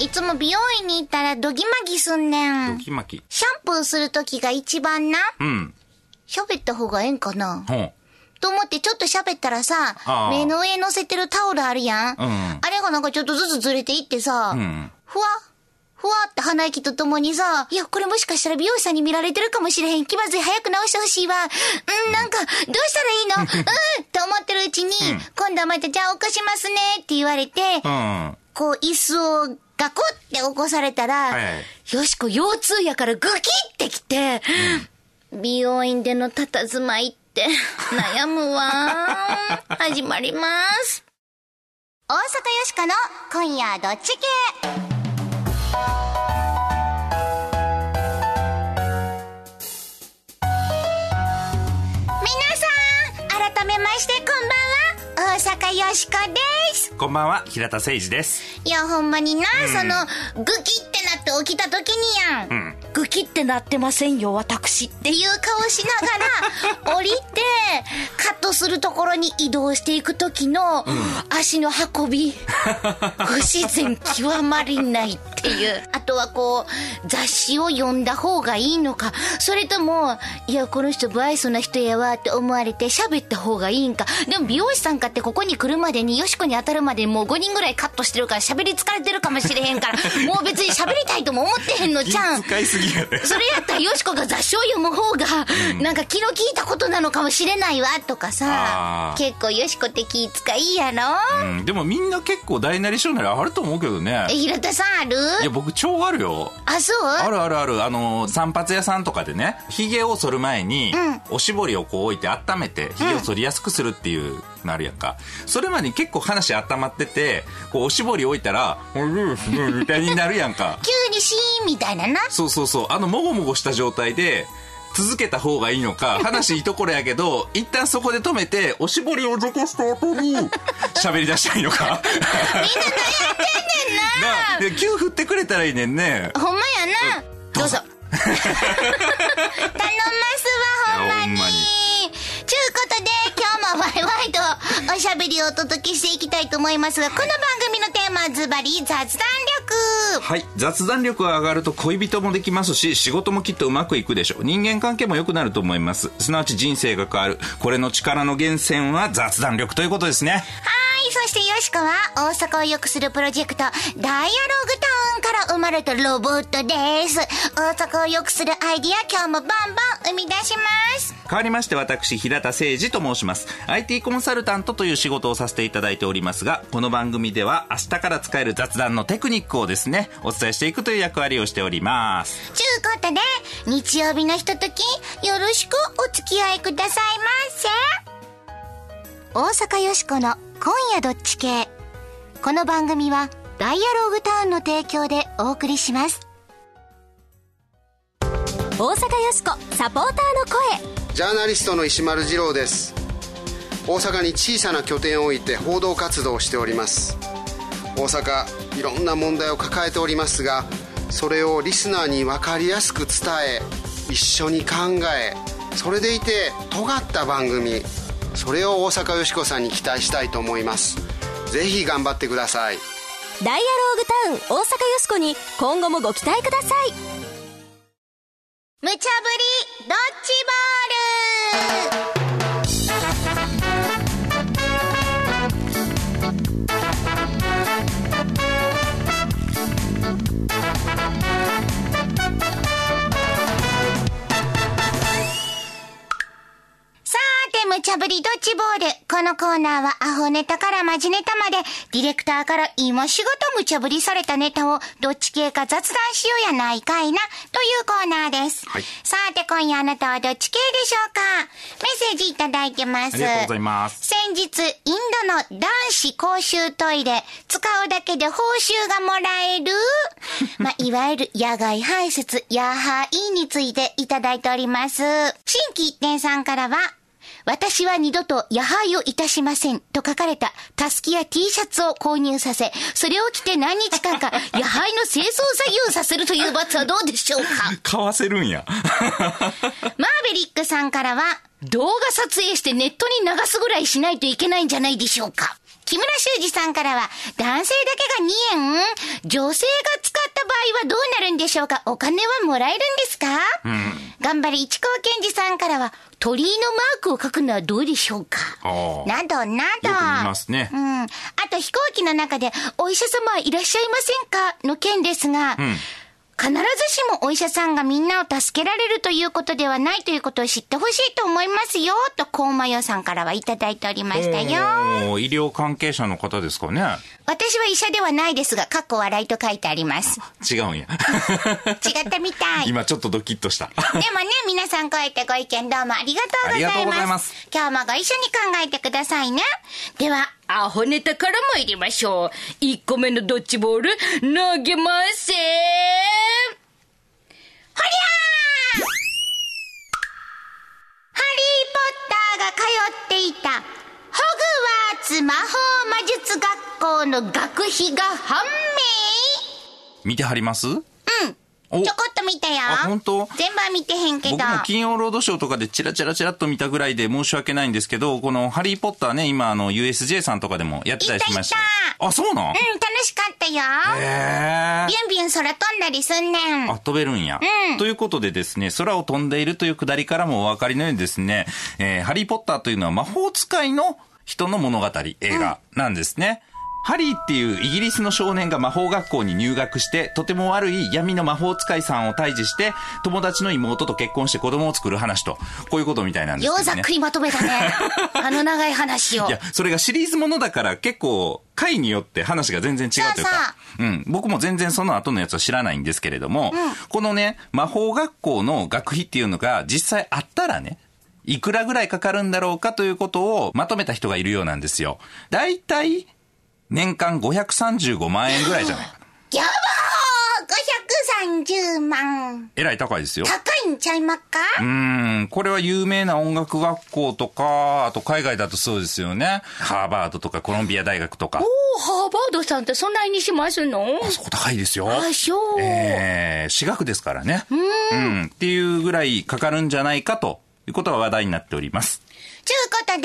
いつも美容院に行ったらドギマギすんねん。 ドギマギ。 シャンプーするときが一番な。 うん。 喋った方がええんかな。 ほう。 と思ってちょっと喋ったらさ、目の上に乗せてるタオルあるやん。 うん。 あれがなんかちょっとずつずれていってさ、 うん。 ふわって鼻息とともにさ、いや、これもしかしたら美容師さんに見られてるかもしれへん。気まずい。早く直してほしいわ。なんか、どうしたらいいのと思ってるうちに、今度はまた、じゃあ起こしますねって言われて、こう、椅子をガコって起こされたら、よしこ腰痛やからグキってきて、美容院での佇まいって悩むわ。始まります。大阪よしこの今夜どっち系。改めましてこんばんは、大阪よしこです。 こんばんは、平田誠二です。 いやほんまにな、そのグキってなって起きた時にやん、グキってなってませんよ私っていう顔しながら降りてカットするところに移動していく時の足の運び、不自然極まりないっていう。あとはこう雑誌を読んだ方がいいのか、それともいやこの人不愛想な人やわって思われて喋った方がいいんか。でも美容師さんかってここに来るまでによしこに当たるまでもう5人ぐらいカットしてるから喋り疲れてるかもしれへんからもう別に喋りたいとも思ってへんのちゃん。 使いすぎやね。 それやったらよしこが雑誌を読む方がなんか気の利いたことなのかもしれないわとかさ、結構よしこって気使いやろ。 でもみんな結構大なり小なりあると思うけどね。 平田さんある？ いや僕超あるよ。 あ、そう？ ある。散髪屋さんとかでね、髭を剃る前におしぼりをこう置いて温めて髭を剃りやすくするっていうなるやんか。それまで結構話温まってて、こうおしぼり置いたらみたいになるやんか。 急にシーンみたいなな。 そうもごもごした状態で続けた方がいいのか、話いいところやけど一旦そこで止めておしぼりをどかした後に喋り出したいのか。みんな悩んでんねんな。で急振ってくれたらいいねんね。 ほんまやな。どうぞ。頼ますわほんまに。ちゅうことで今日もワイワイとおしゃべりをお届けしていきたいと思いますが、この番組のテーマはズバリ雑談力。 はい、雑談力が上がると恋人もできますし、仕事もきっとうまくいくでしょう。人間関係も良くなると思います。すなわち人生が変わる。これの力の源泉は雑談力ということですね。 そしてよしこは大阪を良くするプロジェクトダイアログタウンから生まれたロボットです。大阪を良くするアイディア今日もバンバン生み出します。 変わりまして私平田誠二と申します。 IT コンサルタントという仕事をさせていただいておりますが、この番組では明日から使える雑談のテクニックをですねお伝えしていくという役割をしております。 ちゅうことで日曜日のひとときよろしくお付き合いくださいませ。大阪よしこの今夜どっち系。この番組はダイアログタウンの提供でお送りします。 大阪よしこサポーターの声。 ジャーナリストの石丸次郎です。大阪に小さな拠点を置いて報道活動をしております。大阪いろんな問題を抱えておりますが、それをリスナーに分かりやすく伝え、一緒に考え、それでいて尖った番組、それを大阪よしこさんに期待したいと思います。ぜひ頑張ってください。 ダイアローグタウン大阪よしこに今後もご期待ください。 無茶ぶりドッジボール。無茶ぶりドッジボール。このコーナーはアホネタからマジネタまでディレクターから今しごと無茶ぶりされたネタをどっち系か雑談しようやないかいなというコーナーです、はい、さて今夜あなたはどっち系でしょうか。メッセージいただいてます。 ありがとうございます。 先日インドの男子公衆トイレ使うだけで報酬がもらえるいわゆる野外排泄ヤーハイについていただいております。新規一点さんからは、私は二度と野拝をいたしませんと書かれたタスキや T シャツを購入させ、それを着て何日間か野拝の清掃作業をさせるという罰はどうでしょうか。 買わせるんや。 マーベリックさんからは、動画撮影してネットに流すぐらいしないといけないんじゃないでしょうか。 木村修二さんからは、男性だけが2円？女性が使った場合はどうなるんでしょうか？お金はもらえるんですか？頑張り市川健二さんからは、鳥居のマークを書くのはどうでしょうか？などなど。よく見ますね。 あと飛行機の中で、お医者様はいらっしゃいませんか？の件ですが、必ずしもお医者さんがみんなを助けられるということではないということを知ってほしいと思いますよ、とコウマヨさんからはいただいておりましたよ。 医療関係者の方ですかね。 私は医者ではないですが、かっこ笑いと書いてあります。 違うんや。 違ったみたい。 今ちょっとドキッとした。 でもね、皆さんこうやってご意見どうもありがとうございます。 ありがとうございます。 今日もご一緒に考えてくださいね。では、アホネタから参りましょう。1個目のドッジボール、投げません。ほりゃー！ハリー・ポッターが通っていたホグワーツ魔法魔術学校の学費が判明。 見てはります？ ちょこっと見たよ。 本当？ 全部は見てへんけど。 僕も金曜ロードショーとかでチラチラっと見たぐらいで申し訳ないんですけど、このハリーポッターね、今USJ さんとかでもやってたりしました。あ、そうなん？ 楽しかったよ。ビュンビュン空飛んだりすんねん。 飛べるんや。ということでですね、空を飛んでいるというくだりからもお分かりのようにですね、ハリーポッターというのは魔法使いの人の物語、映画なんですね。ハリーっていうイギリスの少年が魔法学校に入学して、とても悪い闇の魔法使いさんを退治して、友達の妹と結婚して子供を作る話と、こういうことみたいなんですけどね。 ようざっくりまとめたね。あの長い話を。 いや、それがシリーズものだから結構、回によって話が全然違うというか。僕も全然その後のやつは知らないんですけれども、このね、魔法学校の学費っていうのが実際あったらね、いくらぐらいかかるんだろうかということをまとめた人がいるようなんですよ。だいたい、年間535万円ぐらいじゃないかな。 やばー !530 万。 えらい高いですよ。 高いんちゃいまっか？ これは有名な音楽学校とか、あと海外だとそうですよね。ハーバードとかコロンビア大学とか。 ハーバードさんってそんなにしますの？ そこ高いですよ。 そう。 私学ですからね。っていうぐらいかかるんじゃないかということが話題になっております。 ちゅうことで、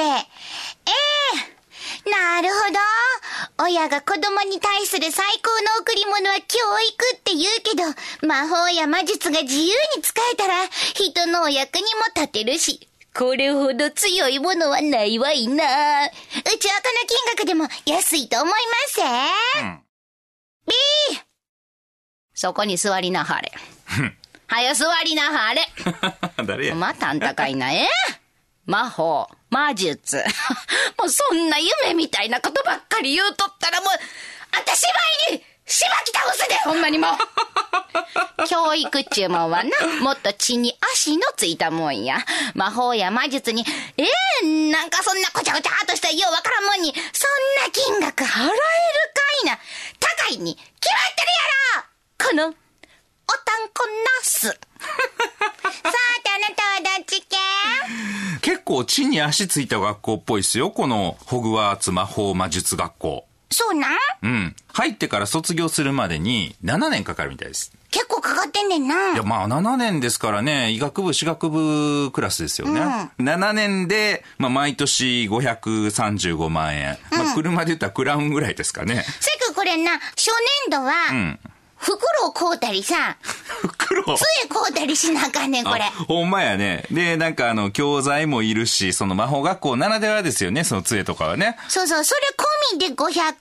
なるほど。親が子供に対する最高の贈り物は教育って言うけど、魔法や魔術が自由に使えたら人のお役にも立てるし、これほど強いものはないわいな。うちはこの金額でも安いと思いますそこに座りなはれ。はよ座りなはれ。 誰や？ またあんたかいな、魔法、魔術。もうそんな夢みたいなことばっかり言うとったらもう、私前に、しばき倒すで、ほんまにもう。教育注文はな、もっと地に足のついたもんや。魔法や魔術に、なんかそんなこちゃこちゃっとしたようわからんもんに、そんな金額払えるかいな。高いに決まってるやろ！この、おたんこなす。さてあなたはどっち系？ 結構地に足ついた学校っぽいですよ、このホグワーツ魔法魔術学校。 そうなん？ 入ってから卒業するまでに7年かかるみたいです。 結構かかってんねんな。 いや、まあ7年ですからね、医学部、歯学部クラスですよね。7年で、毎年535万円。車で言ったらクラウンぐらいですかね。 それからこれな、初年度は、袋を買うたりさ、 袋杖買うたりしなあかんねん、これ。 ほんまやね。で、なんか教材もいるし、その魔法学校ならではですよね、その杖とかはね。 そうそう、それ込みで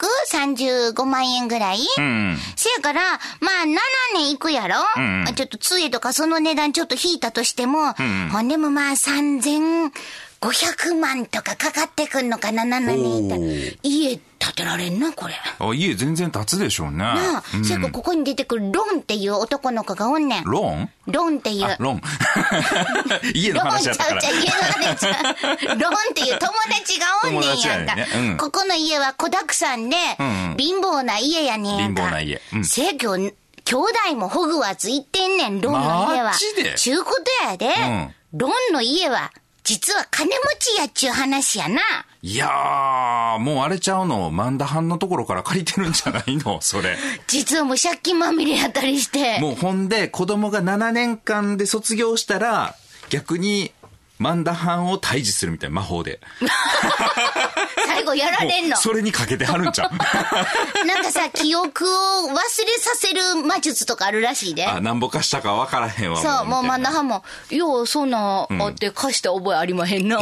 535万円ぐらい。せやから、7年いくやろ、ちょっと杖とかその値段ちょっと引いたとしても、ほんでも3500万とかかかってくんのかな、7年いたら。家建てられんな、これ。 家全然建つでしょうね。 なあ、そやからここに出てくるロンっていう男の子がおんねん。 ロン？ ロンっていう。 ロン。家の話だったから。 家の話。ロンっていう友達がおんねんやんか。ここの家は子だくさんで、貧乏な家やねんやんか。 貧乏な家。 せやけど、兄弟もホグワーツ行ってんねん、ロンの家は。 マジで？ ちゅうことやで。ロンの家は、実は金持ちやっちゅう話やな。 いやー、もうあれちゃうの、マンダハンのところから借りてるんじゃないのそれ。 実はもう借金まみれやったりして。 もうほんで、子供が7年間で卒業したら、逆に、マンダハンを退治するみたいな魔法で。 最後やられんの。 それにかけてはるんちゃうなんかさ、記憶を忘れさせる魔術とかあるらしいで。 あ、なんぼかしたか分からへんわ。 そう、もう真ん中も、よう、そんなあって貸した覚えありまへんな。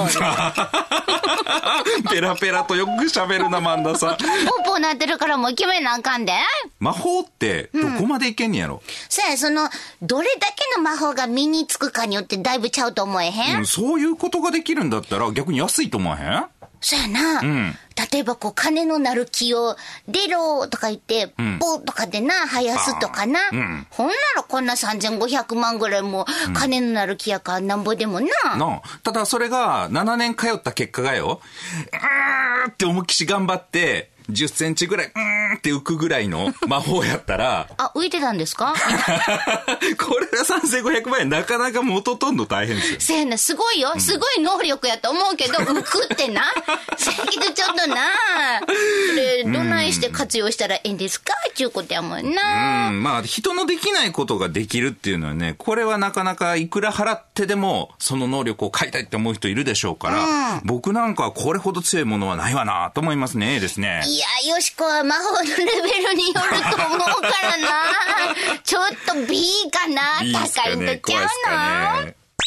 ペラペラとよく喋るな、万田さん。 ポンポンなってるからもう決めなあかんで。 魔法ってどこまでいけんねやろ。 そうや、どれだけの魔法が身につくかによってだいぶちゃうと思えへん？ そういうことができるんだったら逆に安いと思わへん？ そうやな。例えば金のなる木を出ろとか言って、ポーとかでな、生やすとかな。ほんならこんな3500万ぐらいも金のなる木やからなんぼでもな。 ただそれが7年通った結果がよ、って思いっきし頑張って、10センチぐらい、って浮くぐらいの魔法やったら。 あ、浮いてたんですか？ これが3500万円、なかなか元取んの大変ですよ。 せやな、すごいよ。すごい能力やと思うけど、浮くってな。せやけどちょっとな。それ、どないして活用したらいいんですかちゅうことやもんな。 まあ、人のできないことができるっていうのはね、これはなかなかいくら払ってでも、その能力を買いたいって思う人いるでしょうから、僕なんかはこれほど強いものはないわなと思いますね、ですね。 いや、よしこは魔法のレベルによると思うからな。ちょっと B かな。高いんだっちゃうな。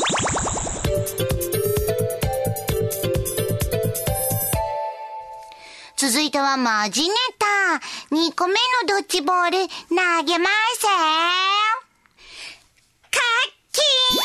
続いてはマジネタ。2個目のドッジボール投げません。カッキーン。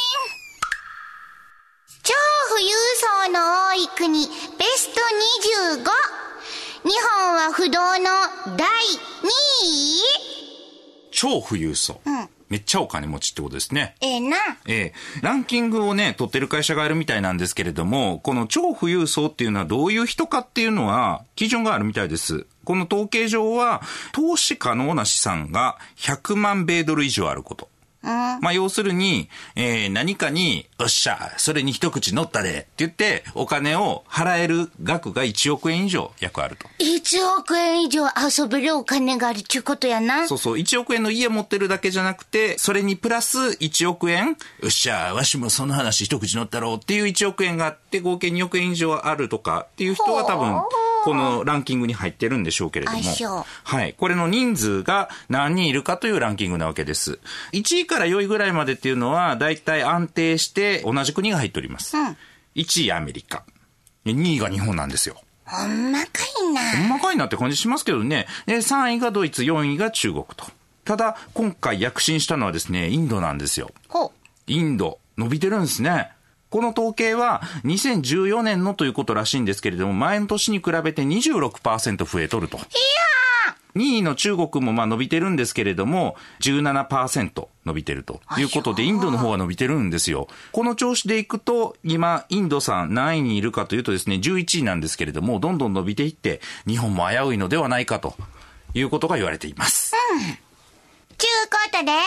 超富裕層の多い国ベスト25。日本は不動の第2位。 超富裕層。めっちゃお金持ちってことですね。 な。 ランキングをね、取ってる会社があるみたいなんですけれども、この超富裕層っていうのはどういう人かっていうのは、基準があるみたいです。この統計上は、投資可能な資産が100万米ドル以上あること。まあ、要するに、何かに、よっしゃ、それに一口乗ったで、って言って、お金を払える額が1億円以上約あると。 1億円以上遊べるお金があるっていうことやな。 そうそう、1億円の家持ってるだけじゃなくて、それにプラス1億円、よっしゃ、わしもその話一口乗ったろうっていう1億円があって、合計2億円以上あるとかっていう人が多分、このランキングに入ってるんでしょうけれども。はい。これの人数が何人いるかというランキングなわけです。1位から4位ぐらいまでっていうのは、だいたい安定して同じ国が入っております。1位アメリカ。2位が日本なんですよ。 ほんまかいな。 ほんまかいなって感じしますけどね。3位がドイツ、4位が中国と。ただ、今回躍進したのはですね、インドなんですよ。インド、伸びてるんですね。この統計は2014年のということらしいんですけれども、前の年に比べて 26% 増えとると。2位の中国もまあ伸びてるんですけれども、17% 伸びてるということで、インドの方は伸びてるんですよ。この調子でいくと、今、インドさん何位にいるかというとですね、11位なんですけれども、どんどん伸びていって、日本も危ういのではないかということが言われています。 ちゅうことで、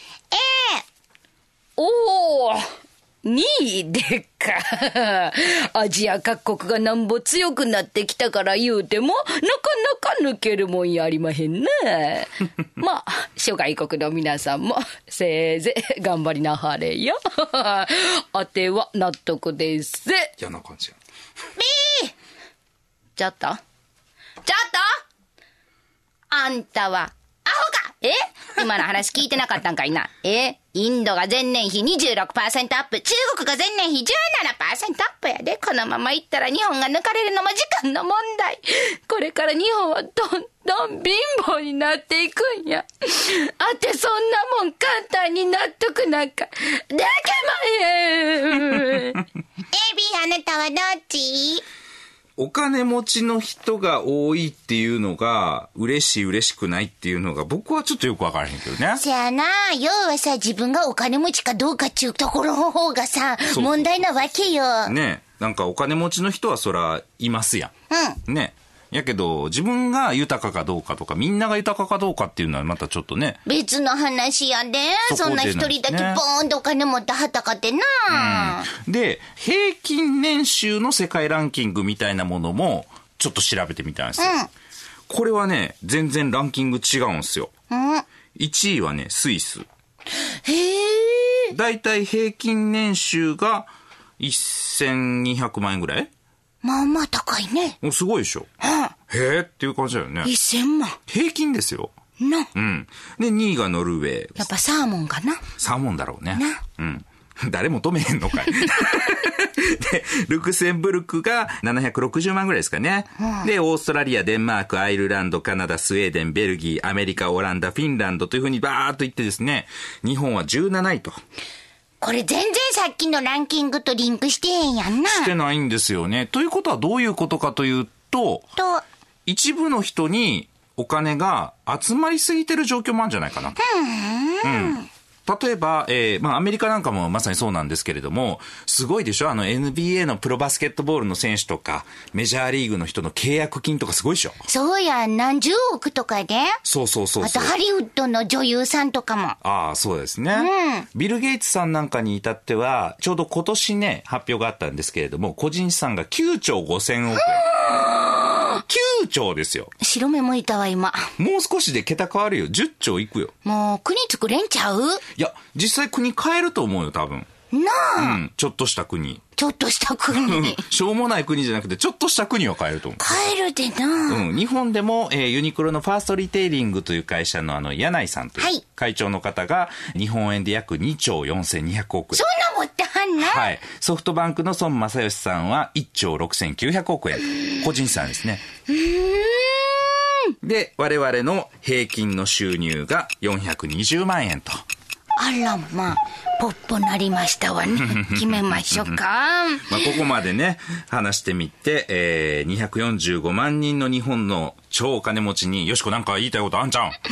おー2位でっか。アジア各国がなんぼ強くなってきたから言うても、なかなか抜けるもんやありまへんね。まあ、諸外国の皆さんも、せいぜい頑張りなはれよ。あては納得ですぜ。 嫌な感じや。 ちょっとあんたは、アホか今の話聞いてなかったんかいな。インドが前年比 26% アップ、中国が前年比 17% アップやで。このままいったら日本が抜かれるのも時間の問題。これから日本はどんどん貧乏になっていくんや。あてそんなもん簡単に納得なんかできまへん。 あなたはどっち？ お金持ちの人が多いっていうのが嬉しくないっていうのが僕はちょっとよくわからへんけどね。 せやな、要はさ、自分がお金持ちかどうかっていうところの方がさ、問題なわけよ。 ね、なんかお金持ちの人はそらいますやん。ね。やけど自分が豊かかどうかとかみんなが豊かかどうかっていうのはまたちょっとね別の話やで。そんな一人だけボーンとお金持ったはったかってな、 で平均年収の世界ランキングみたいなものもちょっと調べてみたんですよ、これはね全然ランキング違うんですよ、1位はねスイス。だいたい平均年収が1200万円ぐらいまあまあ高いね。 すごいでしょ。へえっていう感じだよね。 1000万。 平均ですよ。 な。 うん。で、2位がノルウェー。 やっぱサーモンかな。 サーモンだろうね。 な。 うん。誰も止めへんのかい。で、ルクセンブルクが760万ぐらいですかね。で、オーストラリア、デンマーク、アイルランド、カナダ、スウェーデン、ベルギー、アメリカ、オランダ、フィンランドというふうにバーっといってですね、日本は17位と。 これ全然さっきのランキングとリンクしてへんやんな。 してないんですよね。ということはどういうことかというと、一部の人にお金が集まりすぎてる状況もあるんじゃないかな。例えば、アメリカなんかもまさにそうなんですけれども、すごいでしょNBA のプロバスケットボールの選手とか、メジャーリーグの人の契約金とかすごいでしょ。 そうや、何十億とかで。 そう。 あとハリウッドの女優さんとかも。 ああ、そうですね。ビル・ゲイツさんなんかに至っては、ちょうど今年ね、発表があったんですけれども、個人資産が9兆5000億円。9兆ですよ。 白目向いたわ、今。 もう少しで桁変わるよ。10兆いくよ。 もう、国作れんちゃう？ いや、実際国変えると思うよ、多分。 なあ。 うん、ちょっとした国。 ちょっとした国。 しょうもない国じゃなくて、ちょっとした国は変えると思う。 変えるでな。 うん。日本でも、ユニクロのファーストリテイリングという会社の柳井さんという会長の方が、日本円で約2兆4200億円。 そんな持ってはんな。 はい。ソフトバンクの孫正義さんは1兆6900億円。個人資産ですね。で、我々の平均の収入が420万円と。 あら、まあ、ポッポなりましたわね。決めましょうか。 ここまでね、話してみて、245万人の日本の超お金持ちに、よしこなんか言いたいことあんちゃん。お金く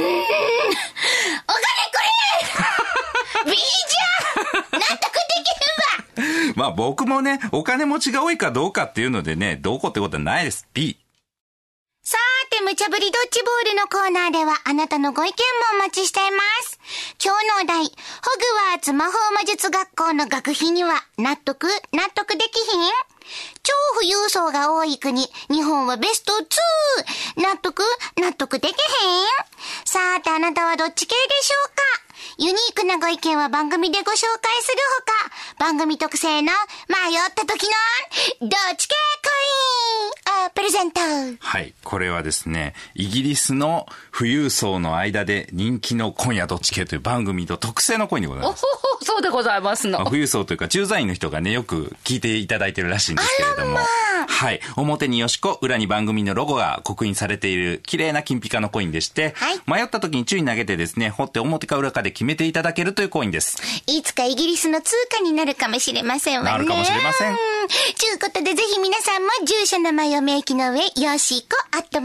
れビーじゃ納得できへんわ。 僕もね、お金持ちが多いかどうかっていうのでね、どうこうってことはないです。B。 さて、無茶ぶりドッジボールのコーナーではあなたのご意見もお待ちしています。今日のお題、ホグワーツ魔法魔術学校の学費には納得できひん？超富裕層が多い国、日本はベスト2。納得できへん？さて、あなたはどっち系でしょうか？ユニークなご意見は番組でご紹介するほか、番組特製の迷った時のどっち系コインをプレゼント。 はい。これはですね、イギリスの富裕層の間で人気の今夜どっち系という番組と特製のコインでございます。 そうでございますの。 富裕層というか駐在員の人がね、よく聞いていただいてるらしいんですけれども。はい。表によしこ、裏に番組のロゴが刻印されている綺麗な金ピカのコインでして、はい、迷った時に宙に投げてですね、掘って表か裏かで決めていただけるというコインです。 いつかイギリスの通貨になるかもしれませんわね。 なるかもしれません。 ちゅうことでぜひ皆さんも住所名前を明記の上、よしこ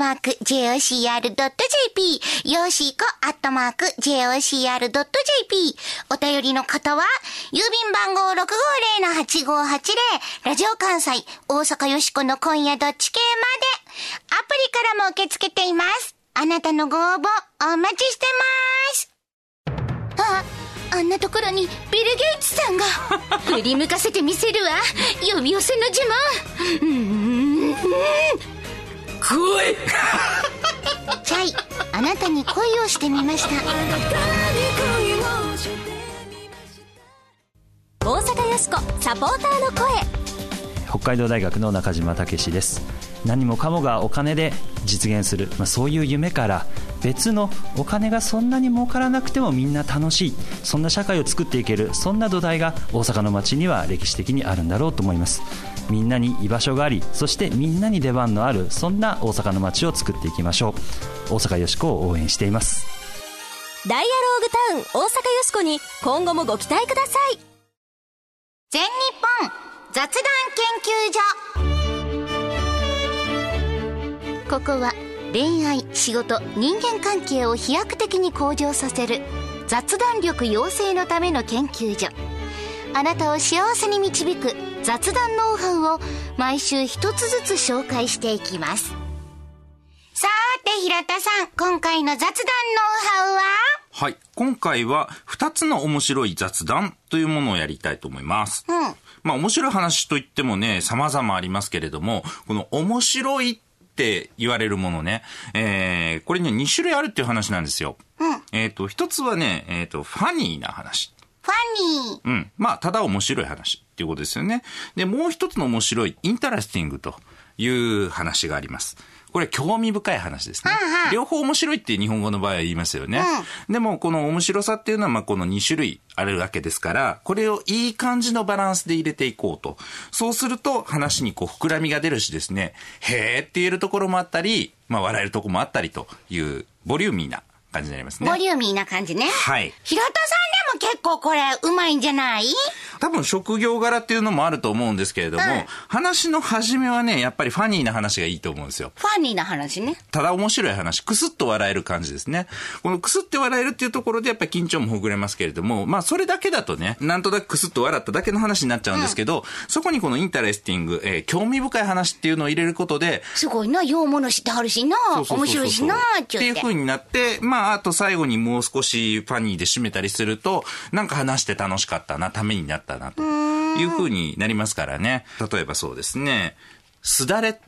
@jocr.jp、よしこ@jocr.jp。お便りの方は、郵便番号 650-8580、ラジオ関西、大阪よしこの今夜どっち系まで、アプリからも受け付けています。あなたのご応募、お待ちしてます。あんなところにビル・ゲイツさんが。振り向かせてみせるわ、呼び寄せの呪文。恋チャイ、あなたに恋をしてみました。 大阪よしこサポーターの声。 北海道大学の中島武史です。何もかもがお金で実現する、そういう夢から別のお金がそんなに儲からなくてもみんな楽しい、そんな社会を作っていける、そんな土台が大阪の街には歴史的にあるんだろうと思います。みんなに居場所があり、そしてみんなに出番のある、そんな大阪の街を作っていきましょう。大阪よしこを応援しています。 ダイアローグタウン大阪よしこに今後もご期待ください。 全日本雑談研究所。ここは恋愛、仕事、人間関係を飛躍的に向上させる雑談力養成のための研究所。あなたを幸せに導く雑談ノウハウを毎週一つずつ紹介していきます。さーて平田さん、今回の雑談ノウハウは？ はい。今回は2つの面白い雑談というものをやりたいと思います。面白い話といってもね、様々ありますけれども、この面白いって言われるものね、これね、2種類あるっていう話なんですよ。一つはね、ファニーな話。 ファニー。 うん。まあ、ただ面白い話っていうことですよね。で、もう一つの面白い、インタラスティングという話があります。これ興味深い話ですね。両方面白いって日本語の場合は言いますよね。でもこの面白さっていうのはまあこの2種類あるわけですから、これをいい感じのバランスで入れていこうと。そうすると話にこう膨らみが出るしですね、へーって言えるところもあったり、まあ笑えるところもあったりというボリューミーな感じになりますね。 ボリューミーな感じね。 はい。 平田さんでも結構これうまいんじゃない？ 多分職業柄っていうのもあると思うんですけれども、話の始めはね、やっぱりファニーな話がいいと思うんですよ。 ファニーな話ね。 ただ面白い話、クスッと笑える感じですね。このクスッと笑えるっていうところでやっぱり緊張もほぐれますけれども、まあそれだけだとね、なんとなくクスッと笑っただけの話になっちゃうんですけど、そこにこのインタレスティング、興味深い話っていうのを入れることで、 すごいな、ようもの知ってはるしな、面白いしな、 っていう風になって、まああと最後にもう少しファニーで締めたりすると、なんか話して楽しかったな、ためになったなという風になりますからね。例えばそうですね、すだれって、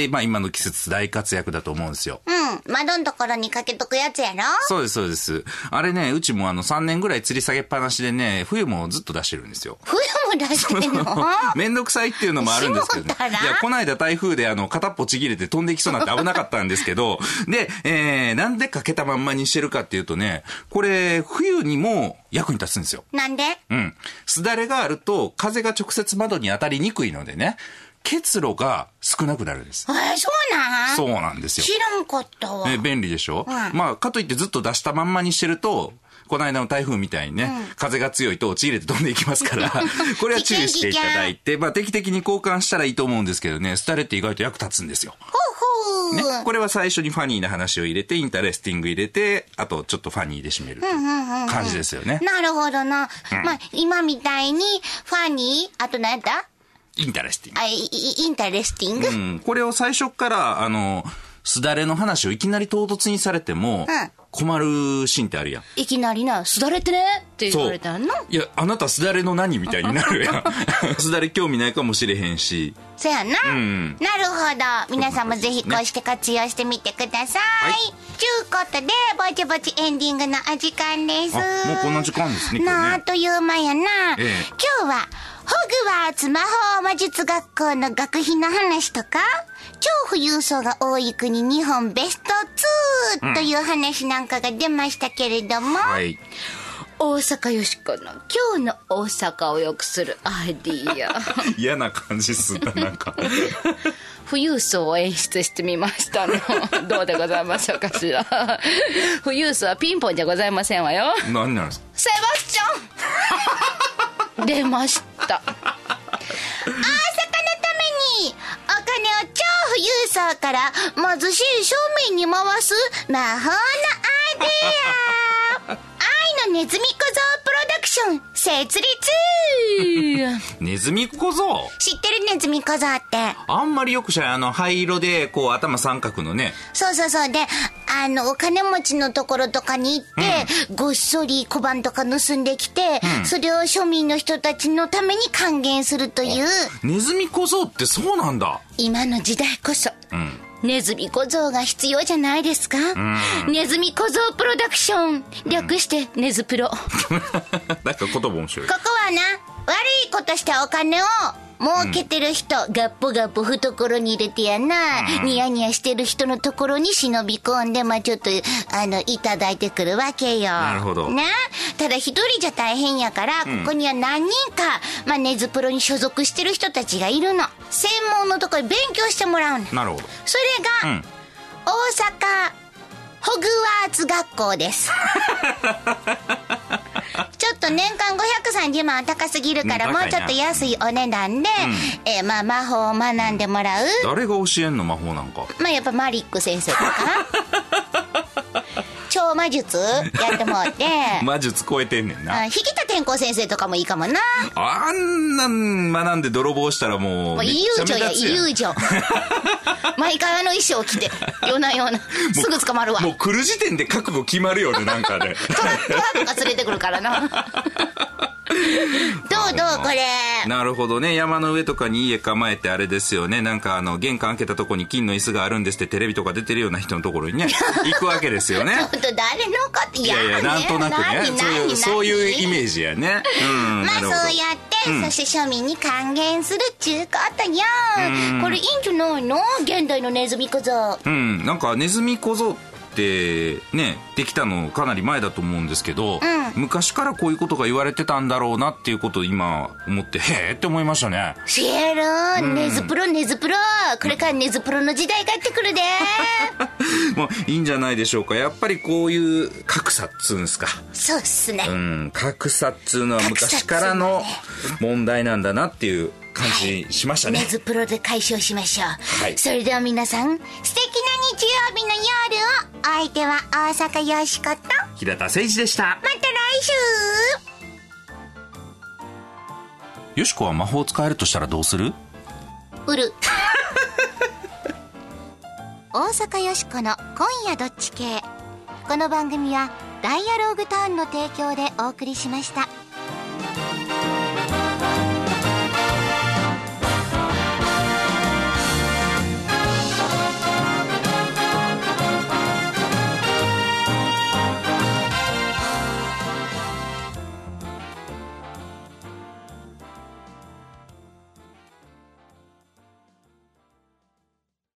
まあ今の季節大活躍だと思うんですよ。 窓のところにかけとくやつやろ？ そうです、そうです。あれね、うちも3年ぐらい吊り下げっぱなしでね、冬もずっと出してるんですよ。 冬も出してんの？ めんどくさいっていうのもあるんですけどね。いや、この間台風で片っぽちぎれて飛んでいきそうになって危なかったんですけど、で、なんでかけたまんまにしてるかっていうとね、これ、冬にも役に立つんですよ。 なんで？ すだれがあると、風が直接窓に当たりにくいのでね、結露が少なくなるんです。 そうなん？ そうなんですよ。 知らんかったわ。 便利でしょ？まあ、かといってずっと出したまんまにしてると、この間の台風みたいにね、風が強いとちぎれて飛んでいきますから、これは注意していただいて、まあ定期的に交換したらいいと思うんですけどね、すだれって意外と役立つんですよ。ね、これは最初にファニーな話を入れて、インタレスティング入れて、あとちょっとファニーで締めるという感じですよね。 なるほどな。まあ、今みたいに、ファニー、あと何だ？ インタレスティング。 インタレスティング？ これを最初から、すだれの話をいきなり唐突にされても、困るシーンってあるやん。 いきなりな、すだれってねって言われたの？ いや、あなたすだれの何みたいになるやん。すだれ興味ないかもしれへんし。 そうやな。なるほど。皆さんもぜひこうして活用してみてください。ちゅうことで、ぼちぼちエンディングのお時間です。 もうこんな時間ですね、今日ね。 あっという間やな。今日は、ホグワーツ魔法魔術学校の学費の話とか、超富裕層が多い国日本ベスト2という話なんかが出ましたけれども、大阪よしこの今日の大阪を良くするアイディア。 嫌な感じすんな、なんか。 富裕層を演出してみましたの。どうでございましょうかしら。富裕層はピンポンじゃございませんわよ。 何なんですか？ セバスチャン出ました。 大阪のためにお金を超富裕層から貧しい庶民に回す魔法のアイデア。愛のネズミ小僧プロダクション設立。 ネズミ小僧？ 知ってる？ネズミ小僧って。 あんまりよくしない。灰色でこう頭三角のね。 そうそうそう。で、お金持ちのところとかに行って、ごっそり小判とか盗んできて、それを庶民の人たちのために還元するという。 ネズミ小僧ってそうなんだ。 今の時代こそ。ネズミ小僧が必要じゃないですか？ネズミ小僧プロダクション。略してネズプロ。 なんか言葉面白い。 ここはな、悪いことしたお金を儲けてる人、ガッポガッポ懐に入れてやな、ニヤニヤしてる人のところに忍び込んで、まあちょっと、いただいてくるわけよ。 なるほど。 な、ただ一人じゃ大変やから、ここには何人か、まあネズプロに所属してる人たちがいるの。専門のところに勉強してもらうの。 なるほど。 それが、大阪、ホグワーツ学校です。ちょっと年間530万は高すぎるから、もうちょっと安いお値段で、まあ魔法を学んでもらう。 誰が教えんの？魔法なんか。 まあやっぱマリック先生とか超魔術やってもらって。 魔術超えてんねんな。 引田天功先生とかもいいかもな。 あんなん学んで泥棒したらもうイリュージョンや、イリュージョン。毎回衣装着て、ようなすぐ捕まるわ。 もう来る時点で覚悟決まるよね、なんかね。 トラとか連れてくるからな。 どうこれ。 なるほどね。山の上とかに家構えてあれですよね。なんか玄関開けたとこに金の椅子があるんですってテレビとか出てるような人のところにね行くわけですよね。 ちょっと誰のこと、 いやいや、なんとなくね、そういうイメージやね。 まあそうやって、そして庶民に還元するっちゅうことや。これいいんじゃないの、現代のネズミ小僧。 なんかネズミ小僧ってね、できたのかなり前だと思うんですけど、昔からこういうことが言われてたんだろうなっていうことを今思って、へーって思いましたね。 シエル、ネズプロ、これからネズプロの時代がやってくるで。 もういいんじゃないでしょうか。やっぱりこういう格差っつうんすか。 そうっすね。 格差っつうのは昔からの問題なんだなっていう感じしましたね。 ネズプロで解消しましょう。 はい。 それでは皆さん、素敵な日曜日の夜を。お相手は大阪よしこと平田誠一でした。 また来週。 よしこは魔法を使えるとしたらどうする？ 売る。大阪よしこの今夜どっち系。この番組はダイアローグタウンの提供でお送りしました。